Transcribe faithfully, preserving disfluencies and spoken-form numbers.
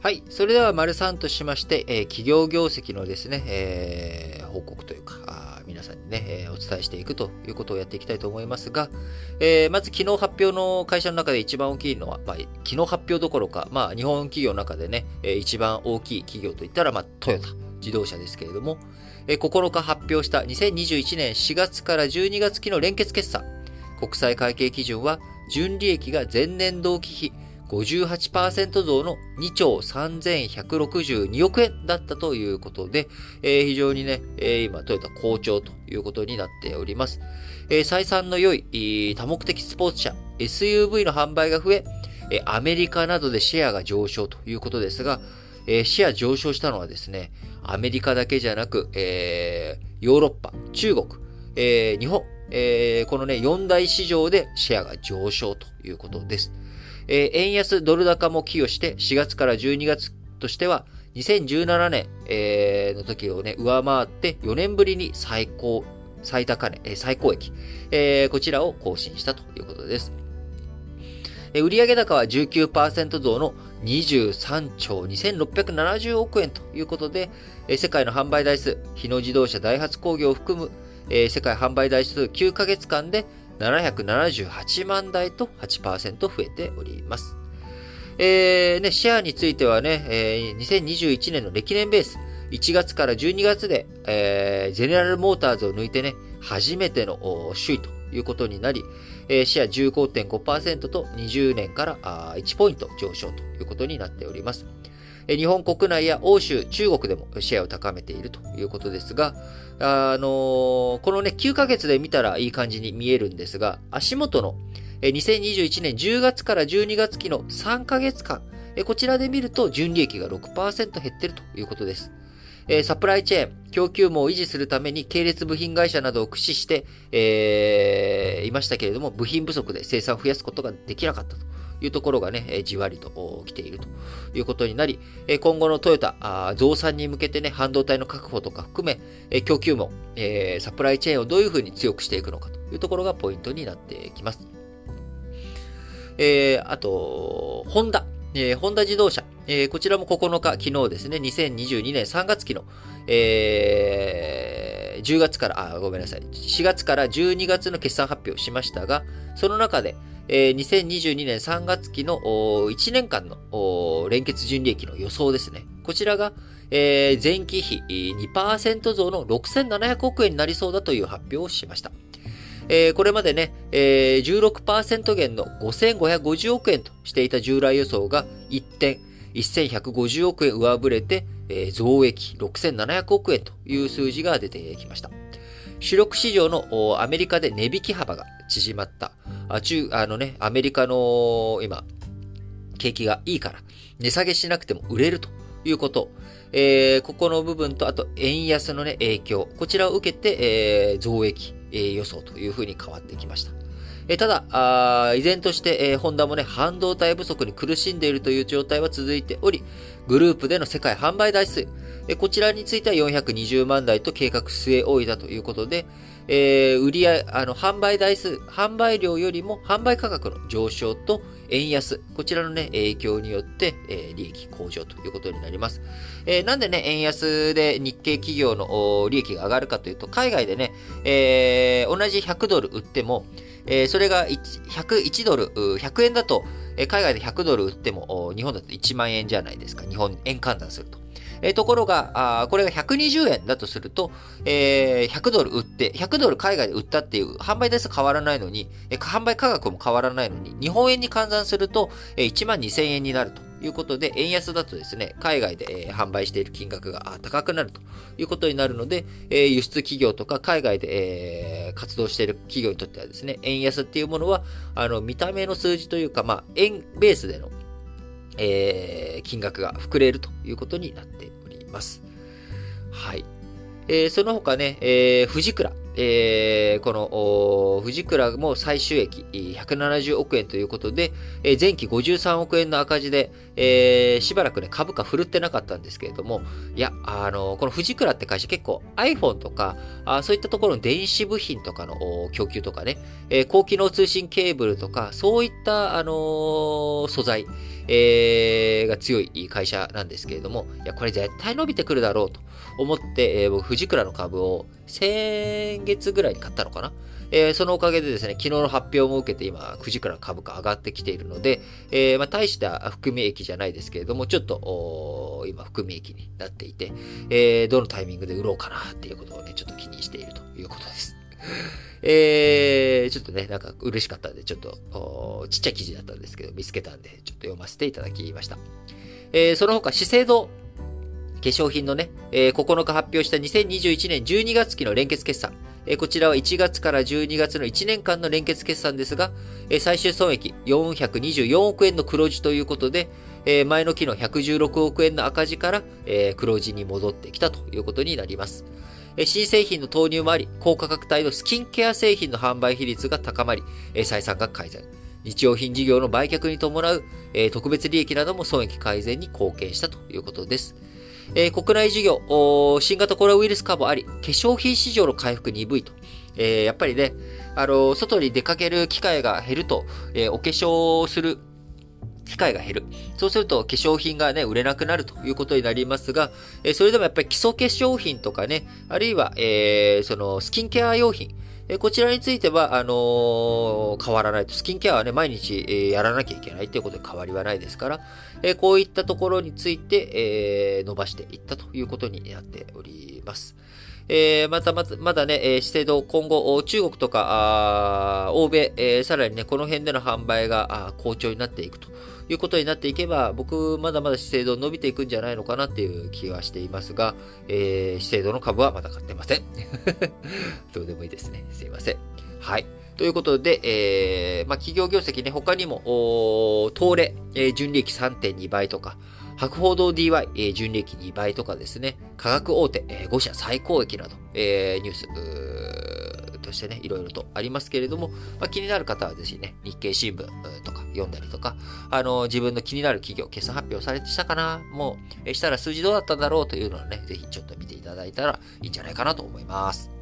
はい。それでは、丸さんとしまして、えー、企業業績のですね、えー、報告というか、あ皆さんにね、えー、お伝えしていくということをやっていきたいと思いますが、えー、まず昨日発表の会社の中で一番大きいのは、まあ、昨日発表どころか、まあ、日本企業の中でね、えー、一番大きい企業といったら、まあ、トヨタ自動車ですけれども、えー、ここのか発表したにせんにじゅういちねんしがつからじゅうにがつ期の連結決算、国際会計基準は、純利益が前年同期比、ごじゅうはちパーセント 増のにちょうさんぜんひゃくろくじゅうにおくえんだったということで、えー、非常にね、えー、今トヨタ好調ということになっております。えー、採算の良い多目的スポーツ車 エスユーブイ の販売が増え、えー、アメリカなどでシェアが上昇ということですが、えー、シェア上昇したのはですね、アメリカだけじゃなく、えー、ヨーロッパ、中国、えー、日本、えー、このね、よん大市場でシェアが上昇ということです。えー、円安ドル高も寄与してしがつからじゅうにがつとしてはにせんじゅうななねん、えー、の時をね、上回ってよねんぶりに最高、最高値、えー、最高益、えー、こちらを更新したということです。えー、売上高は じゅうきゅうパーセント 増のにじゅうさんちょうにせんろっぴゃくななじゅうおくえんということで、えー、世界の販売台数、日野自動車ダイハツ工業を含む、えー、世界販売台数きゅうかげつかんでななひゃくななじゅうはちまんだいと はちパーセント 増えております。えー、ね、シェアについてはね、えー、にせんにじゅういちねんの歴年ベース、いちがつからじゅうにがつで、えー、ゼネラルモーターズを抜いてね、初めての首位ということになり、えー、シェア じゅうごてんごパーセント とにじゅうねんからいちポイント上昇ということになっております。日本国内や欧州、中国でもシェアを高めているということですが、あのー、このね、きゅうかげつで見たらいい感じに見えるんですが、足元のにせんにじゅういちねんじゅうがつからじゅうにがつ期のさんかげつかん、こちらで見ると純利益が ろくパーセント 減っているということです。サプライチェーン、供給網を維持するために系列部品会社などを駆使して、えー、いましたけれども、部品不足で生産を増やすことができなかったというところがね、じわりと来ているということになり、今後のトヨタ増産に向けてね、半導体の確保とか含め、供給網、サプライチェーンをどういうふうに強くしていくのかというところがポイントになってきます。えー、あと、ホンダ。えー、ホンダ自動車。えー、こちらもここのか、昨日ですね、にせんにじゅうにねんさんがつ期の、えー、じゅうがつから、あ、ごめんなさい。しがつからじゅうにがつの決算発表しましたが、その中で、えー、にせんにじゅうにねんさんがつ期のいちねんかんの連結純利益の予想ですね。こちらが、えー、前期比 にパーセント 増のろくせんななひゃくおくえんになりそうだという発表をしました。えー、これまでね、えー、じゅうろくパーセント 減のごせんごひゃくごじゅうおくえんとしていた従来予想が一転、せんひゃくごじゅうおくえん上振れて、えー、増益ろくせんななひゃくおくえんという数字が出てきました。主力市場のアメリカで値引き幅が縮まった。あ、中、あのね、アメリカの今、景気がいいから、値下げしなくても売れるということ。えー、ここの部分と、あと、円安のね、影響。こちらを受けて、えー、増益、えー、予想というふうに変わってきました。えー、ただ、あ依然として、えー、ホンダもね、半導体不足に苦しんでいるという状態は続いており、グループでの世界販売台数、えー、こちらについてはよんひゃくにじゅうまんだいと計画据え置いたということで、えー、売り上げ、あの、販売台数、販売量よりも販売価格の上昇と円安、こちらのね、影響によって、えー、利益向上ということになります。えー、なんでね、円安で日系企業の利益が上がるかというと、海外でね、えー、同じひゃくドル売っても、えー、それがひゃくいちドル、ひゃくえんだと、海外でひゃくドル売っても、日本だといちまんえんじゃないですか。日本円換算すると。えー、ところが、あこれがひゃくにじゅうえんだとすると、えー、ひゃくドル売って、ひゃくドル海外で売ったっていう販売台数変わらないのに、えー、販売価格も変わらないのに、日本円に換算すると、えー、いちまんにせんえんになるということで、円安だとですね、海外で、えー、販売している金額が高くなるということになるので、えー、輸出企業とか海外で、えー、活動している企業にとってはですね、円安っていうものは、あの、見た目の数字というか、まあ、円ベースでのえー、金額が膨れるということになっております。はい。えー、その他ね、えー、富士倉。えー、この、富士倉も最終益ひゃくななじゅうおくえんということで、えー、前期ごじゅうさんおくえんの赤字で、えー、しばらくね、株価振るってなかったんですけれども、いや、あの、この富士倉って会社結構 iPhone とか、あそういったところの電子部品とかの供給とかね、えー、高機能通信ケーブルとか、そういった、あのー、素材、 えー、が強い会社なんですけれども、いや、これ絶対伸びてくるだろうと思って、えー、僕、富士倉の株を先月ぐらいに買ったのかな。えー、そのおかげでですね、昨日の発表も受けて今、富士倉の株価上がってきているので、えー、まあ、大した含み益じゃないですけれども、ちょっと、今、含み益になっていて、えー、どのタイミングで売ろうかなっていうことをね、ちょっと気にしているということです。えー、ちょっとね、なんか嬉しかったんで、ちょっと、ちっちゃい記事だったんですけど、見つけたんで、ちょっと読ませていただきました。えー、その他、資生堂、化粧品のね、えー、ここのか発表したにせんにじゅういちねんじゅうにがつ期の連結決算。えー、こちらはいちがつからじゅうにがつのいちねんかんの連結決算ですが、えー、最終損益よんひゃくにじゅうよんおくえんの黒字ということで、えー、前の期のひゃくじゅうろくおくえんの赤字から、えー、黒字に戻ってきたということになります。新製品の投入もあり、高価格帯のスキンケア製品の販売比率が高まり、採算が改善。日用品事業の売却に伴う特別利益なども損益改善に貢献したということです。国内事業、新型コロナウイルス株あり、化粧品市場の回復鈍いと。やっぱりね、あの、外に出かける機会が減ると、お化粧をする機会が減る。そうすると化粧品がね、売れなくなるということになりますが、えー、それでもやっぱり基礎化粧品とかね、あるいは、えー、そのスキンケア用品、えー、こちらについては、あのー、変わらないと。スキンケアはね、毎日、えー、やらなきゃいけないということで変わりはないですから、えー、こういったところについて、えー、伸ばしていったということになっております。えー、またまた、まだね、えー、資生堂、今後、中国とか、欧米、えー、さらにね、この辺での販売が好調になっていくということになっていけば、僕、まだまだ資生堂伸びていくんじゃないのかなっていう気はしていますが、えー、資生堂の株はまだ買ってません。どうでもいいですね。すいません。はい。ということで、えー、まあ、企業業績ね、他にも、東レ、えー、純利益 さんてんに 倍とか、博報堂 ディーワイ、えー、純利益にばいとかですね、化学大手、えー、ご社最高益など、えー、ニュースとしてね、いろいろとありますけれども、まあ、気になる方はぜひね、日経新聞とか読んだりとか、あの、自分の気になる企業、決算発表されてしたかな、もう、えー、したら数字どうだったんだろうというのをね、ぜひちょっと見ていただいたらいいんじゃないかなと思います。